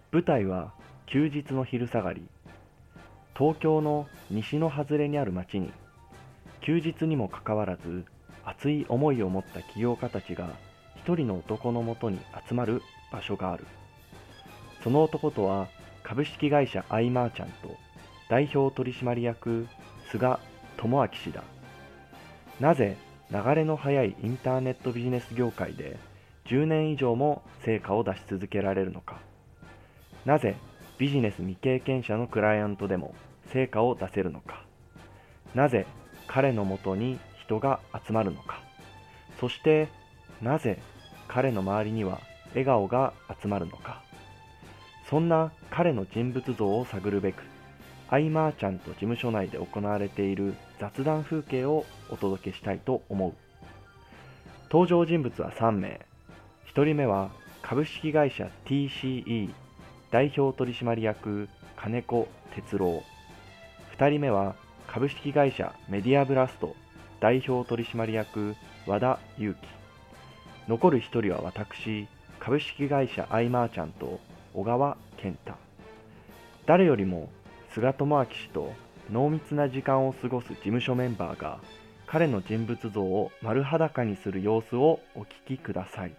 舞台は休日の昼下がり、東京の西の外れにある町に、休日にもかかわらず熱い思いを持った起業家たちが一人の男のもとに集まる場所がある。その男とは株式会社アイマーチャント代表取締役菅智明氏だ。なぜ流れの速いインターネットビジネス業界で10年以上も成果を出し続けられるのか。なぜビジネス未経験者のクライアントでも成果を出せるのか。なぜ彼のもとに人が集まるのか。そしてなぜ彼の周りには笑顔が集まるのか。そんな彼の人物像を探るべく、アイマーチャント事務所内で行われている雑談風景をお届けしたいと思う。登場人物は3名。1人目は株式会社 TCE 代表取締役金子哲郎。2人目は株式会社メディアブラスト代表取締役和田裕樹。残る1人は私、株式会社アイマーチャント小川健太。誰よりも菅智明氏と濃密な時間を過ごす事務所メンバーが彼の人物像を丸裸にする様子をお聞きください。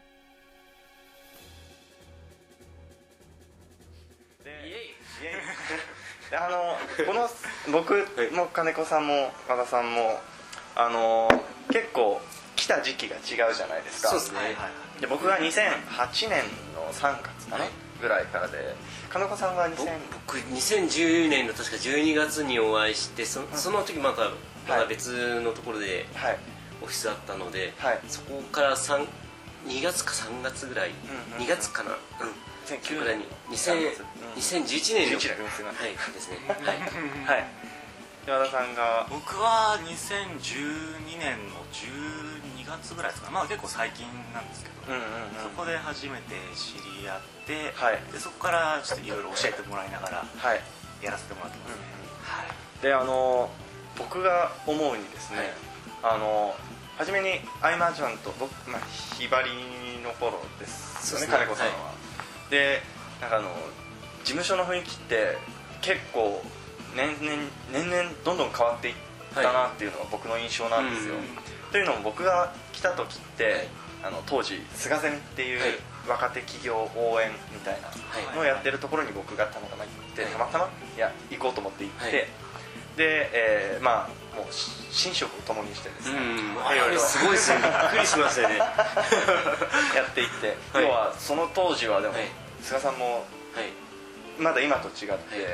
この僕も金子さんも和田さんも結構来た時期が違うじゃないですか。 そうですね。 で僕が2008年の3月かな、ぐらいからで、金子さんが僕2010年の確か12月にお会いして、その時また別のところでオフィスあったので、そこから2月か3月ぐらい、2月かな、 2009年に 2011年のですね。 はい。 和田さんが僕は2012年の12月ぐらいですか、結構最近なんですけど、そこで初めて知り合って、でそこからちょっといろいろ教えてもらいながらやらせてもらってますね。 で僕が思うにですね、初めにアイマーチャント、僕ひばりの頃ですよね、金子さんは。で事務所の雰囲気って結構年々どんどん変わっていったなっていうのが僕の印象なんですよ。というのも僕が来た時って、当時菅ゼミっていう若手企業応援みたいなのをやってるところに僕がたまたま行って、行こうと思って行って、で、もう寝食を共にしてですね、 すごいですね、びっくりしましたよね。 やっていって、要はその当時はでも菅さんもまだ今と違って、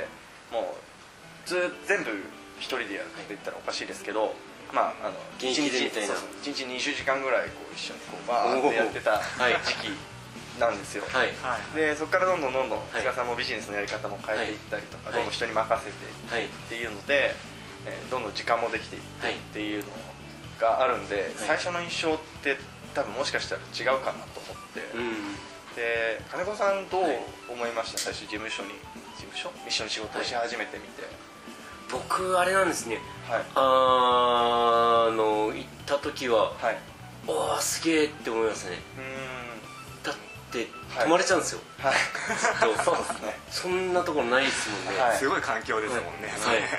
もう全部一人でやるって言ったらおかしいですけど、 現役でみたいな 1日20時間ぐらい一緒にバーってやってた時期なんですよ。でそこからどんどん菅さんもビジネスのやり方も変えていったりとか、どんどん人に任せてっていうので、どんどん時間もできていってっていうのがあるんで、最初の印象って多分もしかしたら違うかなと思って、で金子さんどう思いました？最初事務所一緒に仕事をし始めてみて。 僕あれなんですね、行った時は、おーすげえって思いますね。だって泊まれちゃうんですよ。 そうですね。 そんなところないですもんね。 すごい環境ですもんね。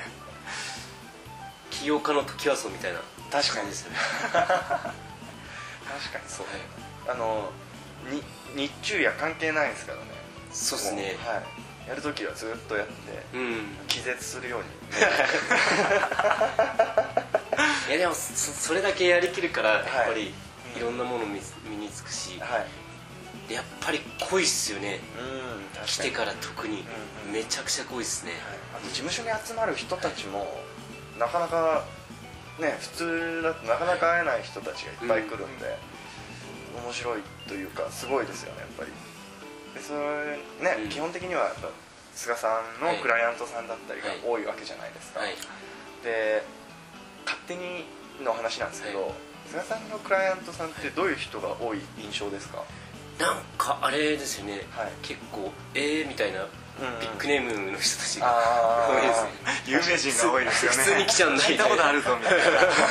起業家のトキワ荘みたいな。 確かにですね。確かにそう。日中夜関係ないですからね。 そうですね。 やるときはずっとやって気絶するように。 いやでもそれだけやりきるからやっぱりいろんなもの身につくし、でやっぱり濃いっすよね。来てから特にめちゃくちゃ濃いっすね。 事務所に集まる人たちもなかなかね、普通だとなかなか会えない人たちがいっぱい来るんで、面白いというかすごいですよね、やっぱり。でそれね、基本的にはやっぱ菅さんのクライアントさんだったりが多いわけじゃないですか。で勝手にの話なんですけど、菅さんのクライアントさんってどういう人が多い印象ですか？ なんかあれですよね、結構みたいなビッグネームの人たちが多いですね。 有名人が多いですよね。 普通に来ちゃうんだみたいな。 聞いたことあるぞみたいな。確かに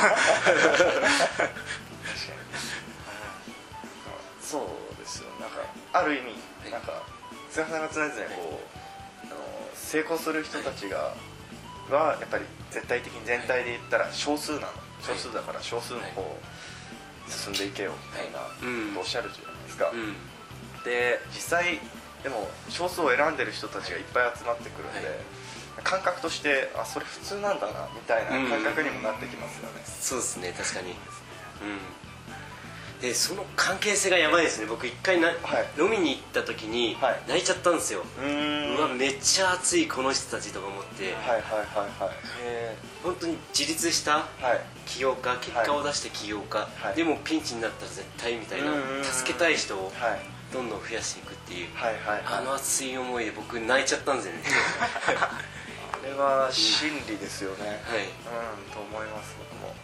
そうですよ。なんかある意味なんか菅菅さんが常々こう成功する人たちがはやっぱり絶対的に全体で言ったら少数だから少数の方を進んでいけよみたいなことをおっしゃるじゃないですか、で実際でも少数を選んでる人たちがいっぱい集まってくるんで、感覚としてそれ普通なんだなみたいな感覚にもなってきますよね、 そうですね、確かに。でその関係性がやばいですね。僕一回飲みに行った時に泣いちゃったんですよ。うわめっちゃ熱いこの人たちとか思って、本当に自立した起業家、結果を出して起業家、でもピンチになったら絶対みたいな、助けたい人をどんどん増やしていくっていう、あの熱い思いで僕泣いちゃったんですよね。 あれは真理ですよね、と思います。僕も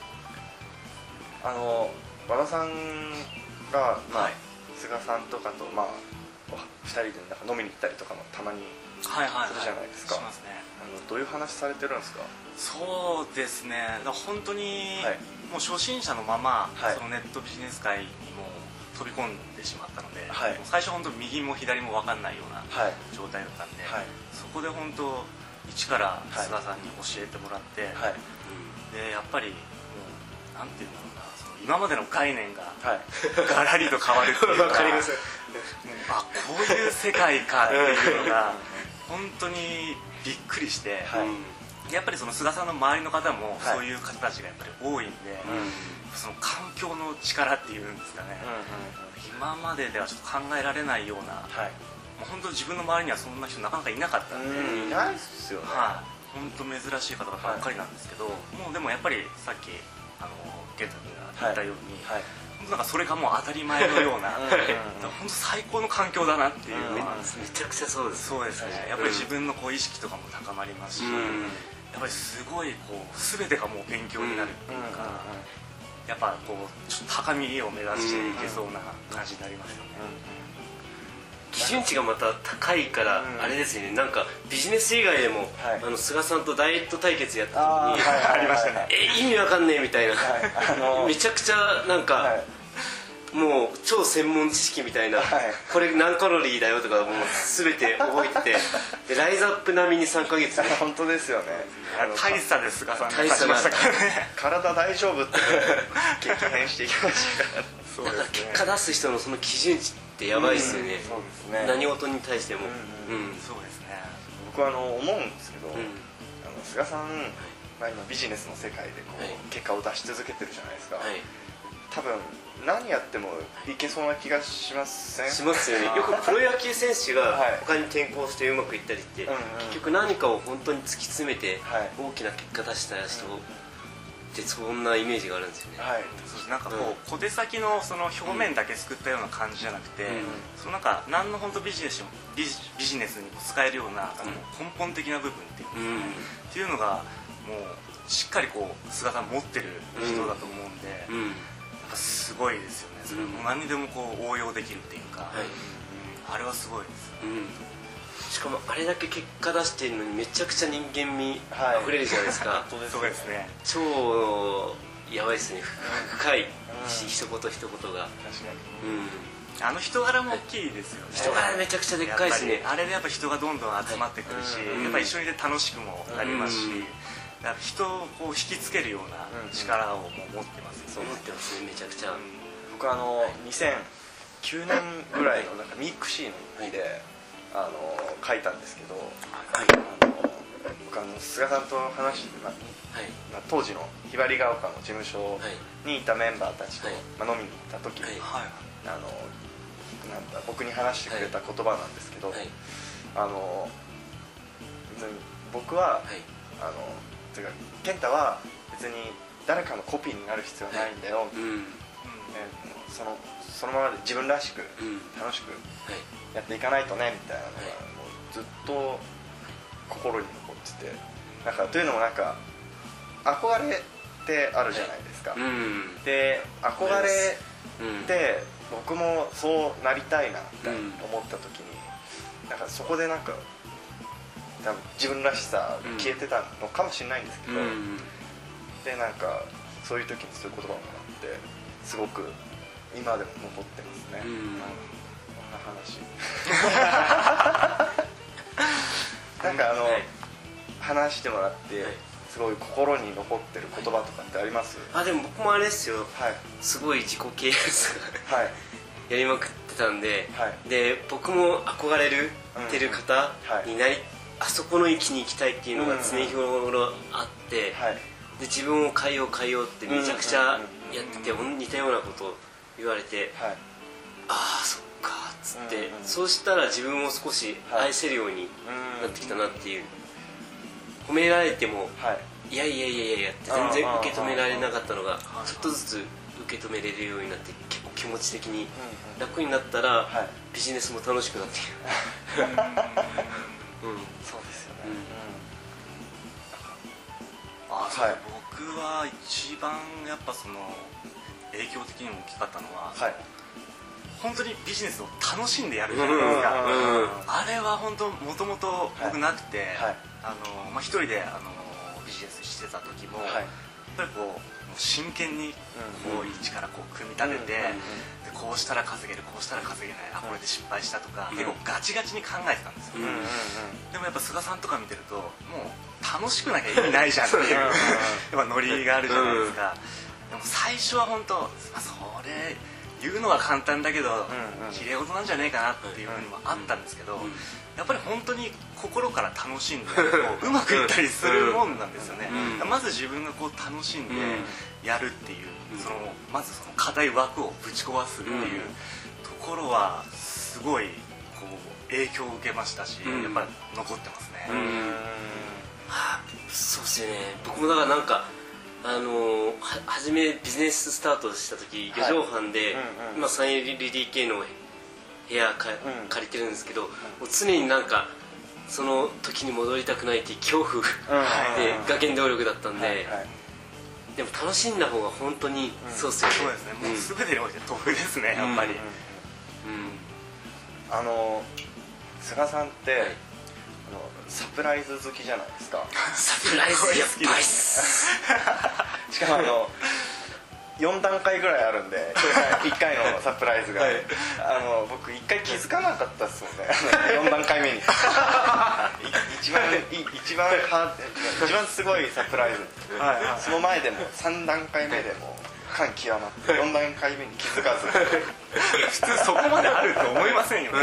和田さんが、菅さんとかと、2人でなんか飲みに行ったりとかもたまにするじゃないですか。どういう話されてるんですか？ そうですね、本当にもう初心者のまま、そのネットビジネス界にも飛び込んでしまったので、もう最初本当右も左も分かんないような状態だったんで、そこで本当一から菅さんに教えてもらって、でやっぱりもうなんていうんだろうな、今までの概念がガラリと変わるっていうか、こういう世界かっていうのが本当にびっくりして、やっぱりその菅さんの周りの方もそういう方たちがやっぱり多いんで、その環境の力っていうんですかね、今までではちょっと考えられないような、もう本当に自分の周りにはそんな人なかなかいなかったんで、 いないですよね、 本当珍しい方ばっかりなんですけど、もうでもやっぱりさっき健太君が言ったように、本当なんかそれがもう当たり前のような本当最高の環境だなっていうのは、 めちゃくちゃそうです。 そうですね、やっぱり自分の意識とかも高まりますし、やっぱりすごい全てがもう勉強になるっていうか、やっぱちょっと高みを目指していけそうな感じになりますよね。 基準値がまた高いからあれですよね、なんかビジネス以外でも菅さんとダイエット対決やった時にありましたね、 意味わかんねえみたいな、めちゃくちゃなんかもう超専門知識みたいな、これ何カロリーだよとかもう全て覚えてて、でライズアップ並みに3ヶ月で本当ですよね、 大差で菅さんが勝ちましたからね。 体大丈夫って激変していきましたから。 だから結果出す人のその基準値ってやばいですよね、何事に対しても。 そうですね、僕は思うんですけど、菅さん、今ビジネスの世界で結果を出し続けてるじゃないですか、多分何やってもいけそうな気がしません？ しますよね。よくプロ野球選手が他に転向してうまくいったりって、結局何かを本当に突き詰めて大きな結果出した人ってそんなイメージがあるんですよね。 なんか小手先のその表面だけすくったような感じじゃなくて、そのなんか何の本当ビジネスにも使えるような根本的な部分っていうのがもうしっかり菅さん持ってる人だと思うんで、すごいですよね。それも何にでも応用できるっていうか、あれはすごいです。 しかもあれだけ結果出してるのにめちゃくちゃ人間味あふれるじゃないですか。 そうですね。 超やばいですね。深い一言一言が。確かに。人柄も大きいですよね。 人柄めちゃくちゃでっかいしね。 あれでやっぱ人がどんどん集まってくるし、やっぱ一緒にいて楽しくもなりますし、人を引きつけるような力をも持ってますよね。 そう思ってますね、めちゃくちゃ。 僕2009年ぐらいのなんかミクシーの日で書いたんですけど、僕菅さんと話して、当時のひばりが丘の事務所にいたメンバーたちと飲みに行った時に僕に話してくれた言葉なんですけど、別に僕はというか健太は別に誰かのコピーになる必要ないんだよ、そのままで自分らしく楽しくやっていかないとねみたいなのがもうずっと心に残ってて、なんかというのもなんか憧れってあるじゃないですか、で憧れって僕もそうなりたいなって思った時に、なんかそこでなんか多分自分らしさが消えてたのかもしれないんですけど、でなんかそういう時にそういう言葉もあってすごく今でも残ってますね。こんな話なんか話してもらってすごい心に残ってる言葉とかってあります？ でも僕もあれですよ、すごい自己啓発やりまくってたんで、で僕も憧れてる方になり、あそこの域に行きたいっていうのが常日頃あって、で自分を変えようってめちゃくちゃやってて、似たようなことを言われて、ああそっかっつって、そうしたら自分を少し愛せるようになってきたなっていう。褒められても、いやって全然受け止められなかったのがちょっとずつ受け止めれるようになって、結構気持ち的に楽になったらビジネスも楽しくなってきる。 そうですよね。 僕は一番やっぱその影響的にも大きかったのは、本当にビジネスを楽しんでやるじゃないですか。あれは本当もともと僕なくて、一人でビジネスしてた時もやっぱりこう真剣にこう一からこう組み立てて、こうしたら稼げる、こうしたら稼げない、これで失敗したとか結構ガチガチに考えてたんですよ。でもやっぱ菅さんとか見てるともう楽しくなきゃ意味ないじゃんっていうやっぱノリがあるじゃないですか。でも最初は本当それ言うのは簡単だけどきれい事なんじゃねえかなっていうのもあったんですけど、やっぱり本当に心から楽しんでうまくいったりするもんなんですよね。まず自分がこう楽しんでやるっていう、まずその課題枠をぶち壊すっていうところはすごいこう影響を受けましたし、やっぱり残ってますね。 そうですよね。僕もだからなんか初めビジネススタートした時、4畳半で今 3LDK の部屋借りてるんですけど、もう常になんかその時に戻りたくないっていう恐怖が原動力だったんで、でも楽しんだ方が本当にそうですよね。 そうですね。もう全てにおいて得ですね、やっぱり。 菅さんってサプライズ好きじゃないですか。 サプライズやっぱりしかも4段階ぐらいあるんで、1回のサプライズが僕1回気づかなかったっすもんね。4段階目に一番すごいサプライズ、その前でも3段階目でも感極まって4段階目に気づかず普通そこまであると思いませんよね。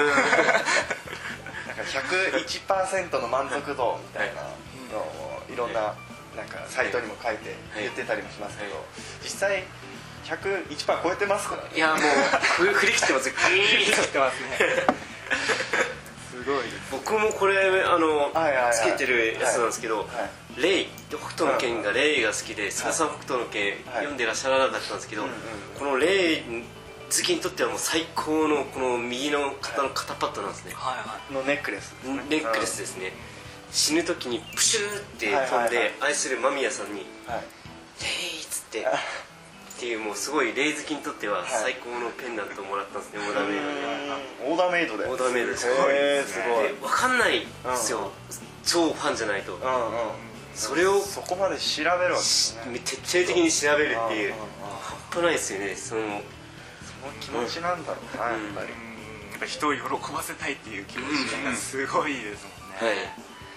101% の満足度みたいなのをいろんななんかサイトにも書いて言ってたりもしますけど、実際 101% 超えてますからね。 いやもう振り切ってますよ。 振り切ってますね。 すごい。 僕もこれつけてるやつなんですけど、レイ北斗の拳がレイが好きで、菅さん北斗の拳読んでらっしゃらなかったんですけど、このレイ好きにとってはもう最高のこの右の肩の肩パッドなんですね。 のネックレスネックレスですね。死ぬ時にプシューって飛んで愛する間宮さんに「レイ」っつってっていう、もうすごいレイ好きにとっては最高のペンダントをもらったんですね。オーダーメイドで。 オーダーメイドで。 オーダーメイドです。 すごいで分かんないんですよ、超ファンじゃないと。それをそこまで調べるわけですね。 徹底的に調べるっていう、半端ないですよね。その気持ちなんだろうな、やっぱり。 やっぱ人を喜ばせたいっていう気持ちがすごいですもんね。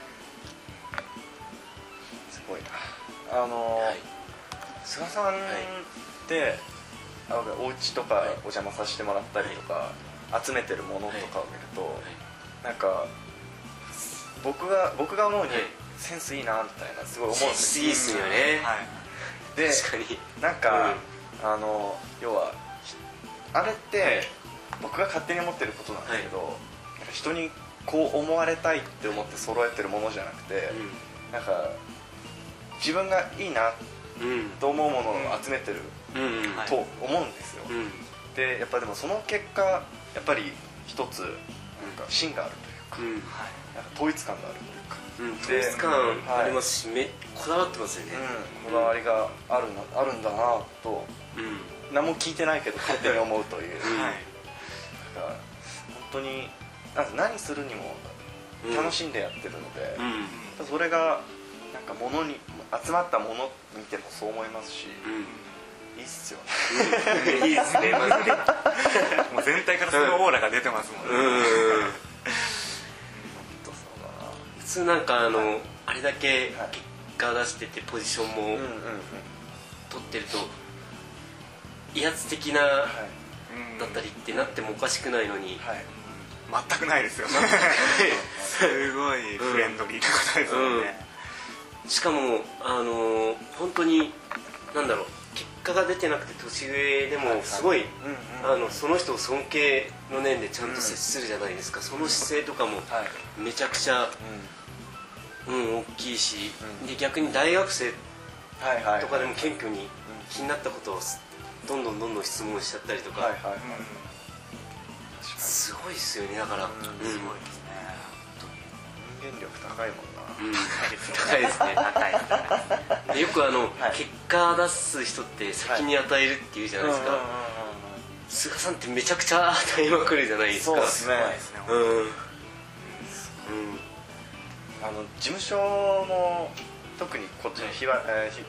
すごいな。菅さんってお家とかお邪魔させてもらったりとか集めてるものとかを見ると、なんか僕が思うにセンスいいなみたいなすごい思うんですよ。 いいっすよね。 でなんか要はあれって僕が勝手に思ってることなんですけど、人にこう思われたいって思って揃えてるものじゃなくて、なんか自分がいいなと思うものを集めてると思うんですよ。でやっぱでもその結果やっぱり一つなんか芯があるというか、なんか統一感があるというか、 統一感ありますし、こだわってますよね。 こだわりがあるんだなと、何も聞いてないけど勝手に思うという。本当に何するにも楽しんでやってるので、それがなんか物に集まったもの見てもそう思いますし、いいっすよね。 いいっすね。 もう全体からそのオーラが出てますもんね。 普通なんかあれだけ結果出しててポジションも取ってると威圧的なだったりってなってもおかしくないのに、 全くないですよ。すごいフレンドリーな方ですよね。 しかも本当になんだろう、結果が出てなくて年上でもすごいその人を尊敬の念でちゃんと接するじゃないですか。その姿勢とかもめちゃくちゃ大きいし、で逆に大学生とかでも謙虚に気になったことをどんどん質問しちゃったりとか、すごいですよね。だからすごいですね。 人間力高いもんな。 高いですね。高い。よく結果出す人って先に与えるっていうじゃないですか。菅さんってめちゃくちゃ与えまくるじゃないですか。 そうですね。事務所も特にこっちの左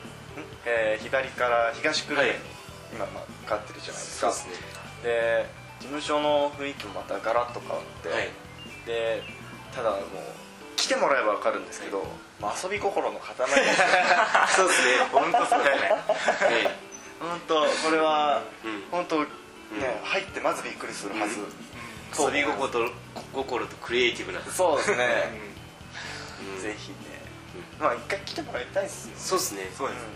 から東久留米に今変わってるじゃないですか。で事務所の雰囲気もまたガラッと変わって、でただもう来てもらえば分かるんですけど、遊び心の塊ですよ。 そうですね。 本当そうですね。 本当これは本当ね、入ってまずびっくりするはず。 遊び心とクリエイティブな。 そうですね。ぜひね、一回来てもらいたいですよ。 そうですね。 そうですね。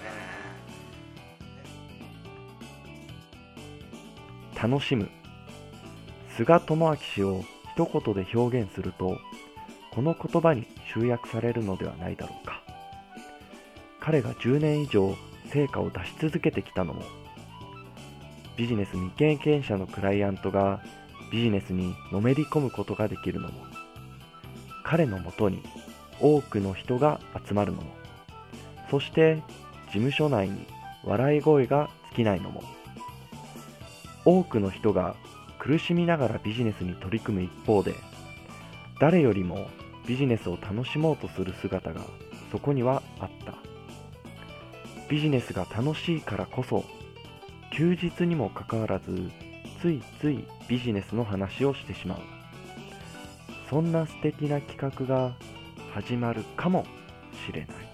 楽しむ。菅智明氏を一言で表現すると、この言葉に集約されるのではないだろうか。彼が10年以上成果を出し続けてきたのも、ビジネス未経験者のクライアントがビジネスにのめり込むことができるのも、彼のもとに多くの人が集まるのも、そして事務所内に笑い声が尽きないのも、多くの人が苦しみながらビジネスに取り組む一方で、誰よりもビジネスを楽しもうとする姿がそこにはあった。ビジネスが楽しいからこそ、休日にもかかわらずついついビジネスの話をしてしまう。そんな素敵な企画が始まるかもしれない。